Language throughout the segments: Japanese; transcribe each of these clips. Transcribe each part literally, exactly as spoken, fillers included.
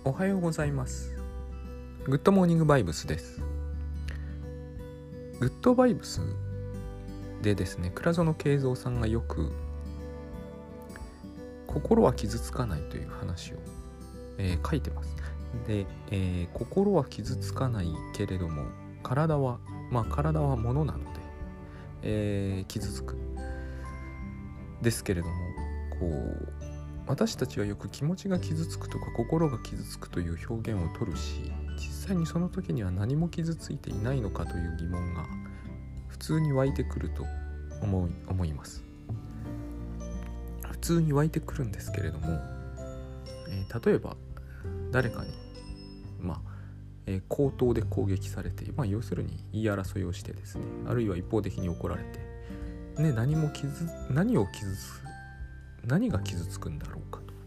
おはようございます。グッドモーニングバイブスです。グッドバイブスでですね、倉園慶三さんがよく心は傷つかないという話を、えー、書いてます。で、えー、心は傷つかないけれども体はまあ体は物なので、えー、傷つくですけれども、こう私たちはよく気持ちが傷つくとか心が傷つくという表現を取るし、実際にその時には何も傷ついていないのかという疑問が普通に湧いてくると思い、思います。普通に湧いてくるんですけれども、えー、例えば誰かにまあ、えー、口頭で攻撃されて、まあ、要するに言い争いをしてですね、あるいは一方的に怒られて、ね、何も傷何を傷つ何が傷つくんだろうかと。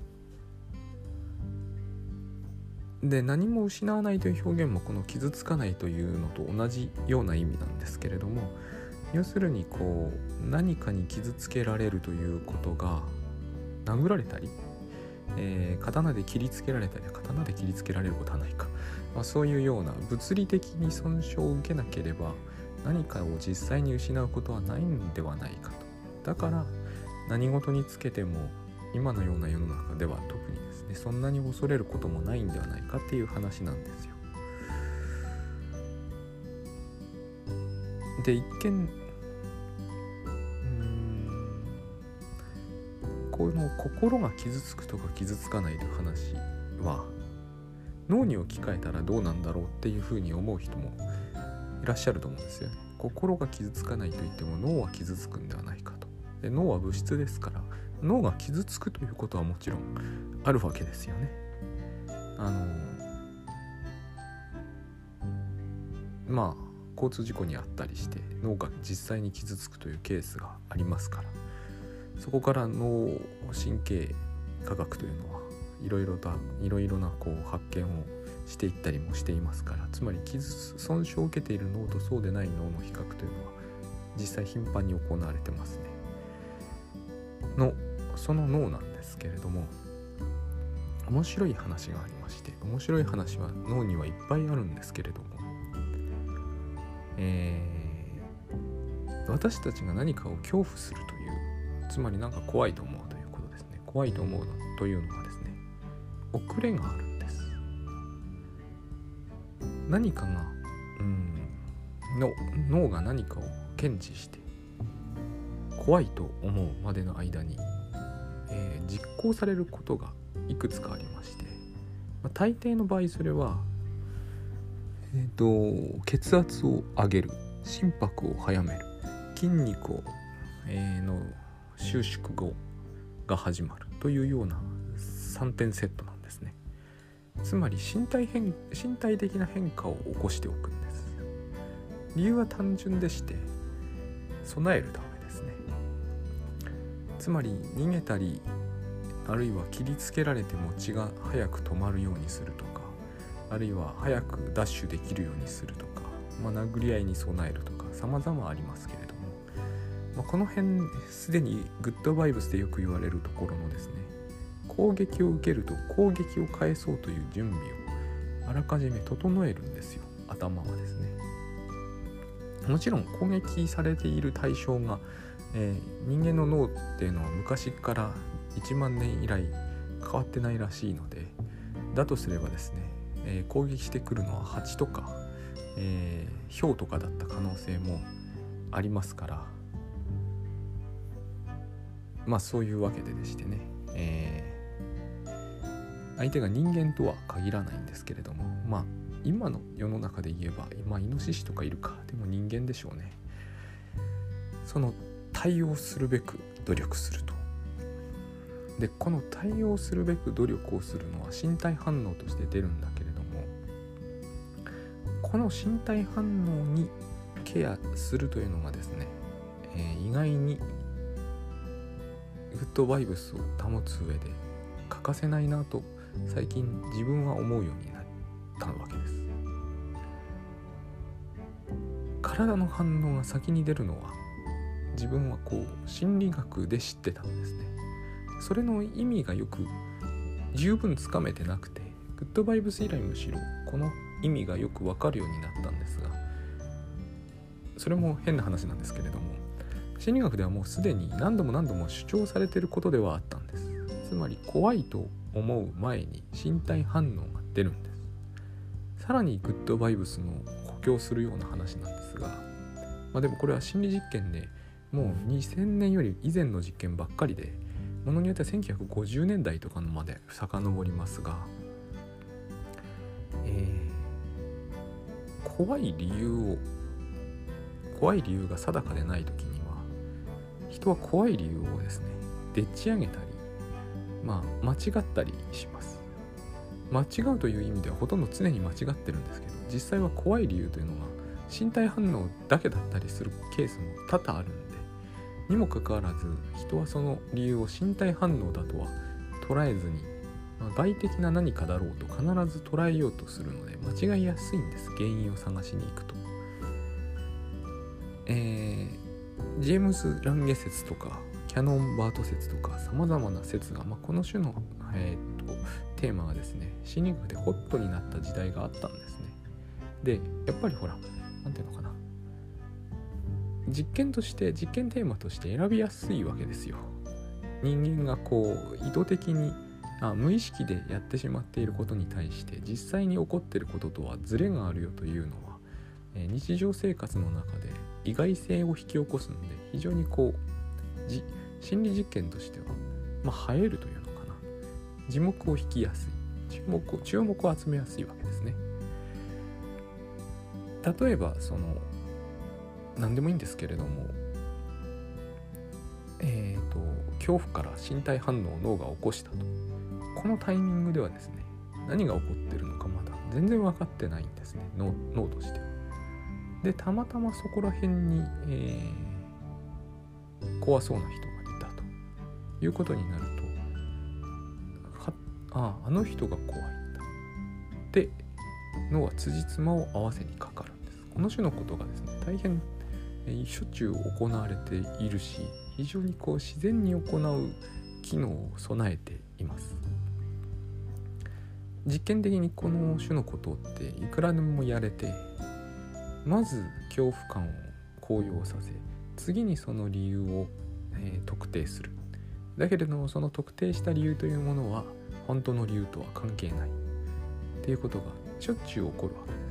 で、何も失わないという表現もこの傷つかないというのと同じような意味なんですけれども、要するにこう何かに傷つけられるということが、殴られたり、えー、刀で切りつけられたり、刀で切りつけられることはないか、まあ、そういうような物理的に損傷を受けなければ何かを実際に失うことはないんではないかと。だから何事につけても今のような世の中では特にですね、そんなに恐れることもないんではないかっていう話なんですよ。で、一見うーんこの心が傷つくとか傷つかないという話は脳に置き換えたらどうなんだろうっていうふうに思う人もいらっしゃると思うんですよね。心が傷つかないといっても脳は傷つくんではないかと。で、脳は物質ですから脳が傷つくということはもちろんあるわけですよね。あのまあ交通事故にあったりして脳が実際に傷つくというケースがありますから、そこから脳神経科学というのはいろいろだいろいろなこう発見をしていったりもしていますから、つまり傷損傷を受けている脳とそうでない脳の比較というのは実際頻繁に行われてますね。のその脳なんですけれども、面白い話がありまして、面白い話は脳にはいっぱいあるんですけれども、えー、私たちが何かを恐怖するという、つまりなんか怖いと思うということですね。怖いと思うというのはですね、遅れがあるんです。何かがうんの脳が何かを検知して怖いと思うまでの間に、えー、実行されることがいくつかありまして、まあ、大抵の場合それは、えー、と血圧を上げる、心拍を早める、筋肉を、えー、の収縮後が始まるというようなさんてんセットなんですね。つまり身体変身体的な変化を起こしておくんです。理由は単純でして、備えるためですね。つまり逃げたり、あるいは切りつけられても血が早く止まるようにするとか、あるいは早くダッシュできるようにするとか、まあ、殴り合いに備えるとか様々ありますけれども、まあ、この辺すでにグッドバイブスでよく言われるところのですね、攻撃を受けると攻撃を返そうという準備をあらかじめ整えるんですよ、頭はですね。もちろん攻撃されている対象が、えー、人間の脳っていうのは昔からいちまんねん以来変わってないらしいので、だとすればですね、えー、攻撃してくるのは蜂とか、えー、豹とかだった可能性もありますから、まあそういうわけででしてね、えー、相手が人間とは限らないんですけれども、まあ今の世の中で言えば、まあイノシシとかいるか、でも人間でしょうね。その対応するべく努力すると。で、この対応するべく努力をするのは身体反応として出るんだけれども、この身体反応にケアするというのがですね、えー、意外にグッドバイブスを保つ上で欠かせないなと最近自分は思うようになったわけです。体の反応が先に出るのは自分はこう心理学で知ってたんですね。それの意味がよく十分つかめてなくて、 グッドバイブス以来むしろこの意味がよくわかるようになったんですが、それも変な話なんですけれども、心理学ではもうすでに何度も何度も主張されていることではあったんです。つまり怖いと思う前に身体反応が出るんです。さらにグッドバイブスの補強するような話なんですが、まあ、でもこれは心理実験でもうにせんねんより以前の実験ばっかりで、ものによってはせんきゅうひゃくごじゅうねんだいとかのまで遡りますが、えー、怖い理由を怖い理由が定かでないときには、人は怖い理由をですねでっち上げたり、まあ間違ったりします。間違うという意味ではほとんど常に間違ってるんですけど、実際は怖い理由というのが身体反応だけだったりするケースも多々あるんで、にもかかわらず人はその理由を身体反応だとは捉えずに、まあ、外的な何かだろうと必ず捉えようとするので間違いやすいんです。原因を探しに行くと、えー、ジェームズ・ランゲ説とかキャノンバート説とかさまざまな説が、まあ、この種の、えー、とテーマがですね心理学でホットになった時代があったんですね。でやっぱりほらなんていうのかな、実験として実験テーマとして選びやすいわけですよ。人間がこう意図的にあ無意識でやってしまっていることに対して実際に起こっていることとはズレがあるよというのは、えー、日常生活の中で意外性を引き起こすので、非常にこうじ心理実験としては、まあ、映えるというのかな、耳目を引きやすい、注目を注目を集めやすいわけですね。例えばその何でもいいんですけれども、えーと恐怖から身体反応を脳が起こしたと、このタイミングではですね何が起こってるのかまだ全然分かってないんですね、 脳, 脳としては。でたまたまそこら辺に、えー、怖そうな人がいたということになると、あああの人が怖いんだで脳は辻褄を合わせにかかるんです。この種のことがですね大変しょっちゅう行われているし、非常にこう自然に行う機能を備えています。実験的にこの種のことっていくらでもやれて、まず恐怖感を高揚させ、次にその理由を、えー、特定する。だけれどもその特定した理由というものは本当の理由とは関係ないっていうことがしょっちゅう起こるわけです。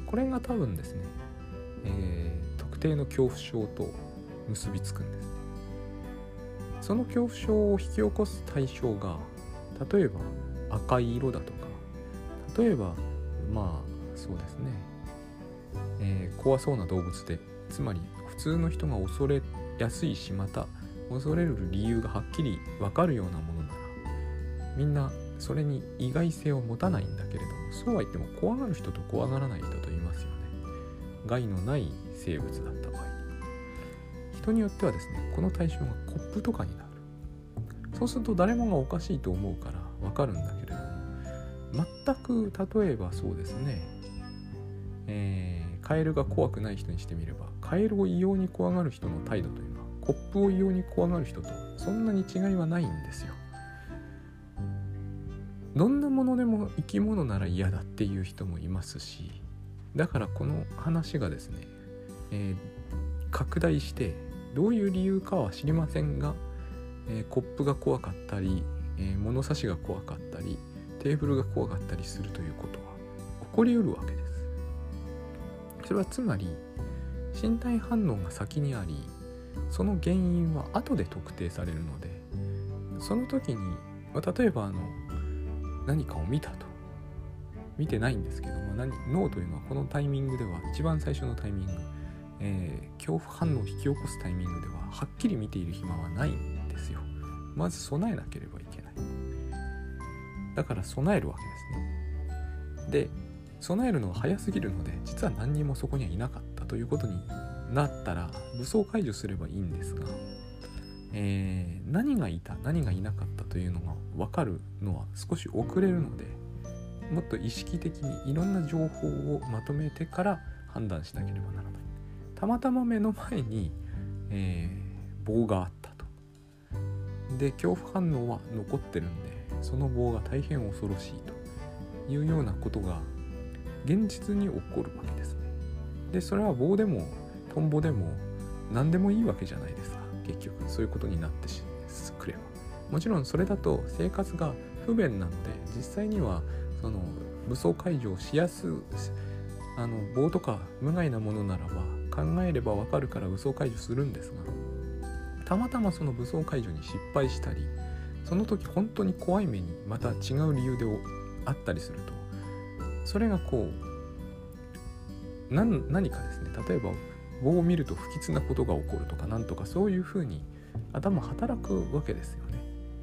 これが多分ですね、えー、特定の恐怖症と結びつくんですね。その恐怖症を引き起こす対象が例えば赤い色だとか、例えばまあそうですね、えー、怖そうな動物で、つまり普通の人が恐れやすいし、また恐れる理由がはっきり分かるようなものならみんなそれに意外性を持たないんだけれども、そうは言っても怖がる人と怖がらない人といますよね。害のない生物だった場合、人によってはですねこの対象がコップとかになる。そうすると誰もがおかしいと思うから分かるんだけれども、全く例えばそうですね、えー、カエルが怖くない人にしてみれば、カエルを異様に怖がる人の態度というのはコップを異様に怖がる人とそんなに違いはないんですよ。どんなものでも生き物なら嫌だっていう人もいますし、だからこの話がですね、えー、拡大してどういう理由かは知りませんが、えー、コップが怖かったり、えー、物差しが怖かったり、テーブルが怖かったりするということは起こりうるわけです。それはつまり身体反応が先にあり、その原因は後で特定されるので、その時に例えばあの何かを見たと、見てないんですけども、何脳というのはこのタイミングでは一番最初のタイミング、えー、恐怖反応を引き起こすタイミングでははっきり見ている暇はないんですよ。まず備えなければいけない。だから備えるわけですね。で備えるのは早すぎるので、実は何人もそこにはいなかったということになったら武装解除すればいいんですが、えー、何がいた何がいなかったというのが分かるのは少し遅れるので、もっと意識的にいろんな情報をまとめてから判断しなければならない。たまたま目の前に、えー、棒があったと。で恐怖反応は残ってるんで、その棒が大変恐ろしいと。 いうようなことが現実に起こるわけですね。でそれは棒でもトンボでも何でもいいわけじゃないですか。結局そういうことになってくれば、もちろんそれだと生活が不便なので、実際にはその武装解除をしやすあの棒とか無害なものならば考えればわかるから武装解除するんですが、たまたまその武装解除に失敗したり、その時本当に怖い目にまた違う理由であったりすると、それがこう 何, 何かですね、例えば棒を見ると不吉なことが起こるとかなんとか、そういうふうに頭働くわけですよね。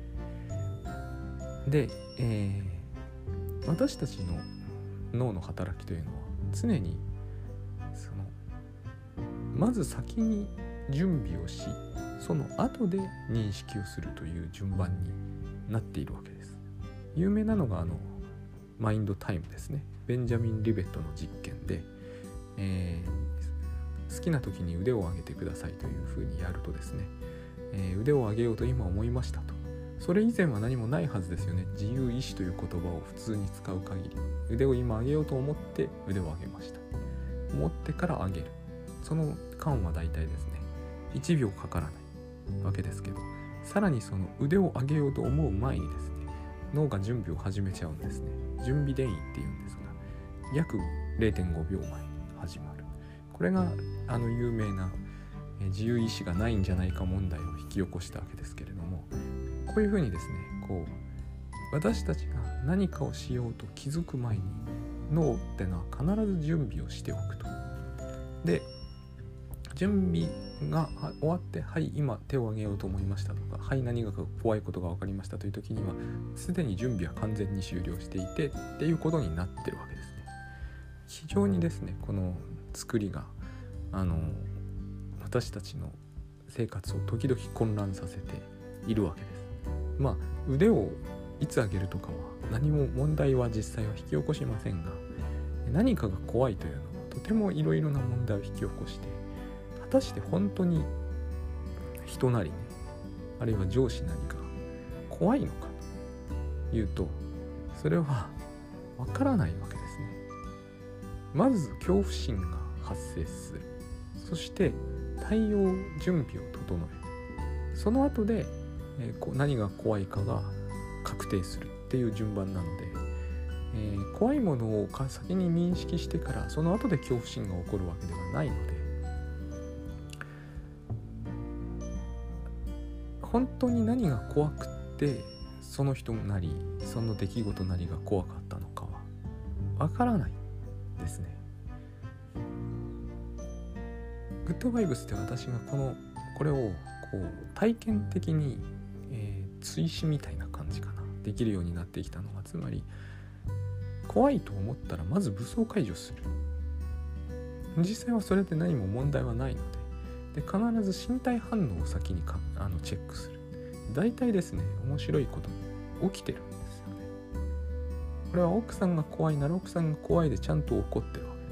で、えー、私たちの脳の働きというのは常にそのまず先に準備をし、その後で認識をするという順番になっているわけです。有名なのがあのマインドタイムですね。ベンジャミン・リベットの実験で、えー、好きな時に腕を上げてくださいというふうにやるとですね、えー、腕を上げようと今思いましたと。それ以前は何もないはずですよね。自由意志という言葉を普通に使う限り、腕を今上げようと思って腕を上げました。思ってから上げる。その間はだいたいですねいちびょうかからないわけですけど、さらにその腕を上げようと思う前にですね、脳が準備を始めちゃうんですね。準備電位っていうんですが、約 れいてんごびょうまえに始まる。これがあの有名な自由意志がないんじゃないか問題を引き起こしたわけですけれども、こういうふうにですね、こう私たちが何かをしようと気づく前に脳ってのは必ず準備をしておくと。で準備が終わって、はい今手を挙げようと思いましたとか、はい何が怖いことが分かりましたという時には、すでに準備は完全に終了していてっていうことになってるわけですね。非常にですね、この作りがあの私たちの生活を時々混乱させているわけです。まあ腕をいつ上げるとかは何も問題は実際は引き起こしませんが、何かが怖いというのはとてもいろいろな問題を引き起こして、果たして本当に人なりね、あるいは上司なりが怖いのかというと、それはわからないわけですね。まず恐怖心が発生する。そして対応準備を整える。その後で、えー、こう何が怖いかが確定するっていう順番なので、えー、怖いものを先に認識してからその後で恐怖心が起こるわけではないので、本当に何が怖くってその人なりその出来事なりが怖かったのかはわからないですね。グッドバイブスって私がこのこれをこう体験的に、えー、追試みたいな感じかな、できるようになってきたのが、つまり怖いと思ったらまず武装解除する。実際はそれで何も問題はないので、で必ず身体反応を先にかあのチェックする。大体ですね、面白いこと起きてるんですよね。これは奥さんが怖いなら奥さんが怖いでちゃんと怒ってるわけです。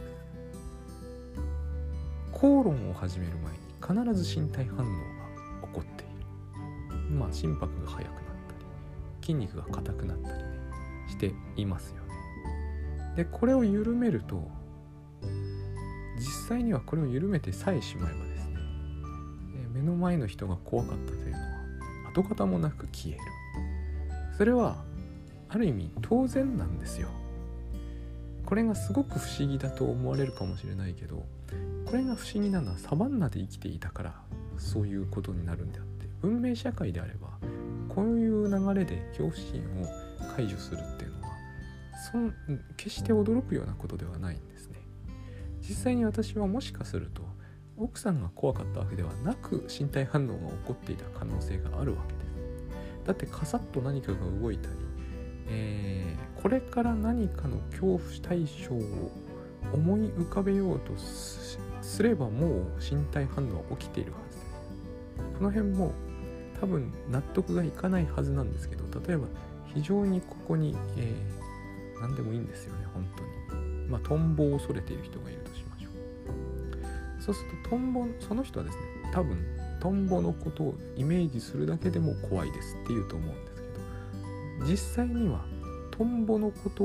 口論を始める前に必ず身体反応が起こっている。まあ心拍が速くなったり筋肉が硬くなったりねしていますよね。でこれを緩めると、実際にはこれを緩めてさえしまえばですね、目の前の人が怖かったというのは跡形もなく消える。それはある意味当然なんですよ。これがすごく不思議だと思われるかもしれないけど、これが不思議なのはサバンナで生きていたからそういうことになるんであって、文明社会であればこういう流れで恐怖心を解除するっていうのはそん決して驚くようなことではないんですね。実際に私はもしかすると奥さんが怖かったわけではなく身体反応が起こっていた可能性があるわけです。だってカサッと何かが動いたり、えー、これから何かの恐怖対象を思い浮かべようと す, すればもう身体反応は起きているはずです。この辺も多分納得がいかないはずなんですけど、例えば非常にここに、えー、何でもいいんですよね、本当に。まあトンボを恐れている人がいるとしましょう。そうするとトンボ、その人はですね、多分トンボのことをイメージするだけでも怖いですって言うと思うんですけど、実際にはトンボのことを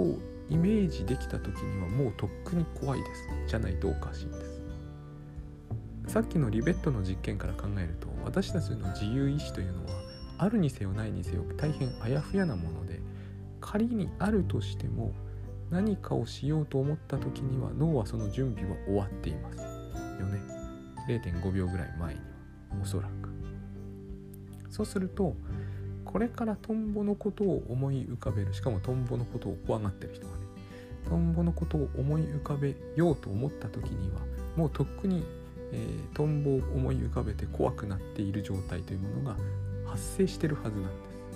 イメージできた時にはもうとっくに怖いです。じゃないとおかしいんです。さっきのリベットの実験から考えると、私たちの自由意志というのはあるにせよないにせよ大変あやふやなもので、仮にあるとしても何かをしようと思った時には脳はその準備は終わっていますよね。れいてんごびょうぐらい前にはおそらく。そうするとこれからトンボのことを思い浮かべる、しかもトンボのことを怖がってる人がね、トンボのことを思い浮かべようと思った時にはもうとっくに、えー、トンボを思い浮かべて怖くなっている状態というものが発生してるはずなんです。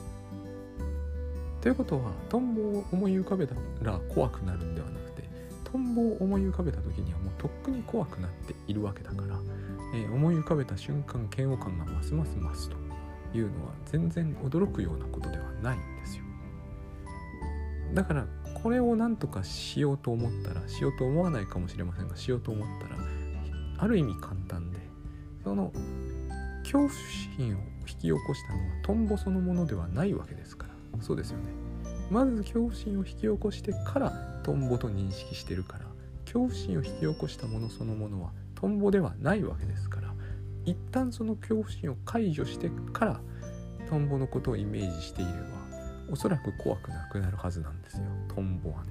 ということは、トンボを思い浮かべたら怖くなるんではなくて、トンボを思い浮かべた時にはもうとっくに怖くなっているわけだから、えー、思い浮かべた瞬間嫌悪感がますます増すというのは全然驚くようなことではないんですよ。だからこれを何とかしようと思ったら、しようと思わないかもしれませんが、しようと思ったらある意味簡単で、その恐怖心を引き起こしたのはトンボそのものではないわけですから。そうですよね。まず恐怖心を引き起こしてからトンボと認識してるから、恐怖心を引き起こしたものそのものはトンボではないわけですから、一旦その恐怖心を解除してからトンボのことをイメージしていればおそらく怖くなくなるはずなんですよ、トンボはね。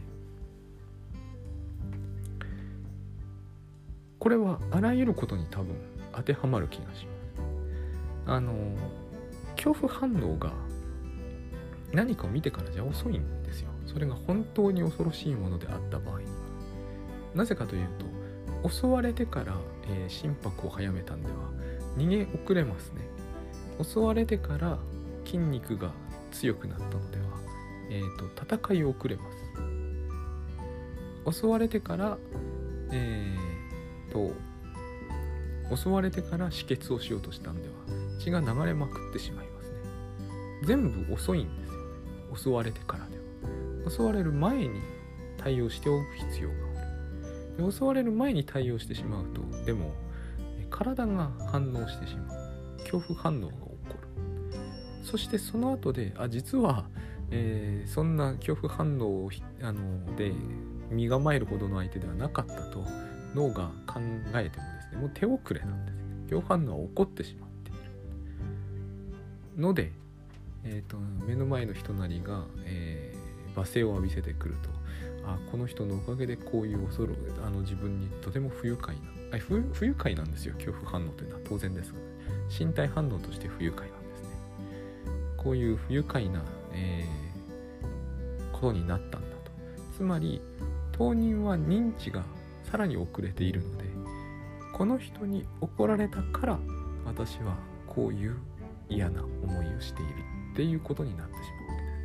これはあらゆることに多分当てはまる気がします。あの恐怖反応が何かを見てからじゃ遅いんですよ。それが本当に恐ろしいものであった場合には。なぜかというと、襲われてから、えー、心拍を早めたんでは逃げ遅れますね。襲われてから筋肉が強くなったのでは、えー、と戦い遅れます。襲われてからえー、と襲われてから止血をしようとしたんでは血が流れまくってしまいますね。全部遅いんですよね。襲われてからでは、襲われる前に対応しておく必要がある。で襲われる前に対応してしまうと、でも体が反応してしまう、恐怖反応が起こる。そしてその後で、あ実は、えー、そんな恐怖反応をあので身構えるほどの相手ではなかったと脳が考えてもですね、もう手遅れなんですね。恐怖反応は起こってしまっているので、えーと、目の前の人なりが、えー、罵声を浴びせてくると、あこの人のおかげでこういう恐ろあの自分にとても不愉快なあ不不愉快なんですよ。恐怖反応というのは当然ですが、身体反応として不愉快なんですね。こういう不愉快な、えー、ことになったんだと。つまり当人は認知がさらに遅れているので、この人に怒られたから私はこういう嫌な思いをしているっていうことになってしまうわけです。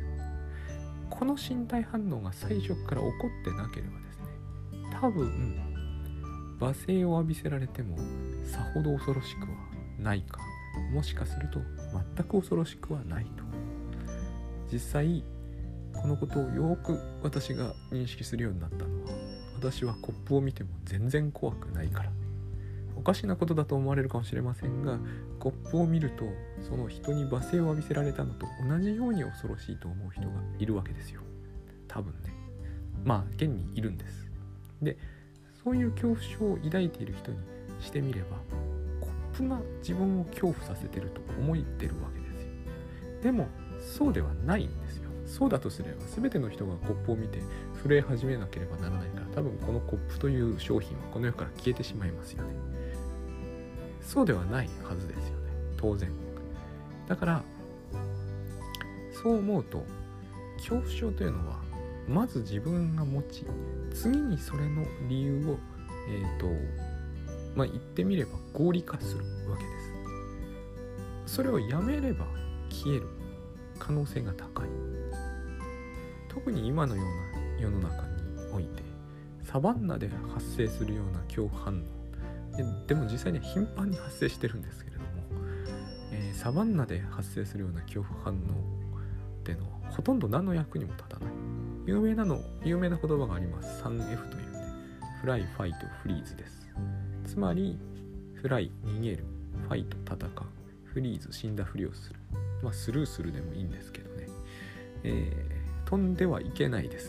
この身体反応が最初から起こってなければですね、多分罵声を浴びせられてもさほど恐ろしくはないか、もしかすると全く恐ろしくはないと。実際このことをよく私が認識するようになったのは、私はコップを見ても全然怖くないから。おかしなことだと思われるかもしれませんが、コップを見るとその人に罵声を浴びせられたのと同じように恐ろしいと思う人がいるわけですよ。多分ね。まあ現にいるんです。で、そういう恐怖症を抱いている人にしてみれば、コップが自分を恐怖させてると思ってるわけですよ。でもそうではないんですよ。そうだとすれば全ての人がコップを見て震え始めなければならないから、多分このコップという商品はこの世から消えてしまいますよね。そうではないはずですよね、当然。だからそう思うと、恐怖症というのはまず自分が持ち、次にそれの理由をえっとまあ言ってみれば合理化するわけです。それをやめれば消える可能性が高い。特に今のような世の中において、サバンナで発生するような恐怖反応で、でも実際には頻繁に発生してるんですけれども、えー、サバンナで発生するような恐怖反応っていうのはほとんど何の役にも立たない。有名なの有名な言葉があります。 スリーエフ というね、フライ、ファイト、フリーズです。つまりフライ、逃げる、ファイト、戦う、フリーズ、死んだふりをする。まあスルーするでもいいんですけどね、えー、飛んではいけないですね。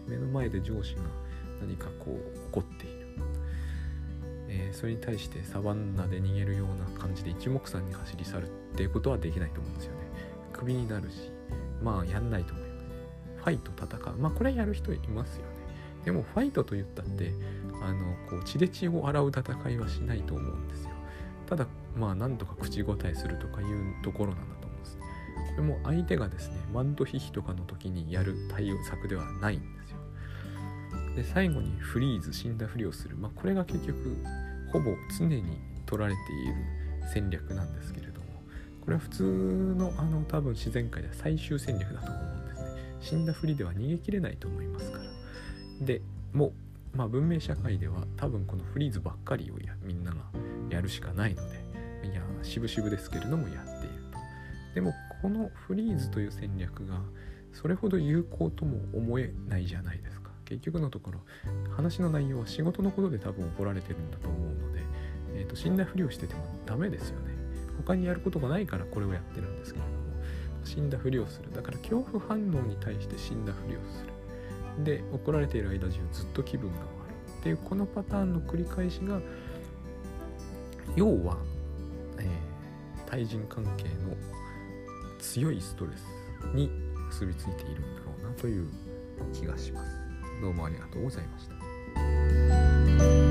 目の前で上司が何かこう怒っている、えー、それに対してサバンナで逃げるような感じで一目散に走り去るっていうことはできないと思うんですよね。クビになるし、まあやんないと思います。ファイト戦う、まあこれやる人いますよね。でもファイトと言ったってあのこう血で血を洗う戦いはしないと思うんですよ。ただまあなんとか口答えするとかいうところなんだと思うんですね。これも相手がですねマッドヒヒとかの時にやる対応策ではないんですよ。で最後にフリーズ、死んだふりをする、まあこれが結局ほぼ常に取られている戦略なんですけれども、これは普通のあの多分自然界では最終戦略だと思うんですね。死んだふりでは逃げきれないと思いますから。でもう、まあ、文明社会では多分このフリーズばっかりをやみんながやるしかないので、いや渋々ですけれどもやっていると。でもこのフリーズという戦略がそれほど有効とも思えないじゃないですか。結局のところ話の内容は仕事のことで多分怒られてるんだと思うので、えーと、死んだふりをしててもダメですよね。他にやることがないからこれをやってるんですけれども、死んだふりをする。だから恐怖反応に対して死んだふりをする。で怒られている間中ずっと気分が悪いっていうこのパターンの繰り返しが要は、えー、対人関係の強いストレスに結びついているんだろうなという気がします。どうもありがとうございました。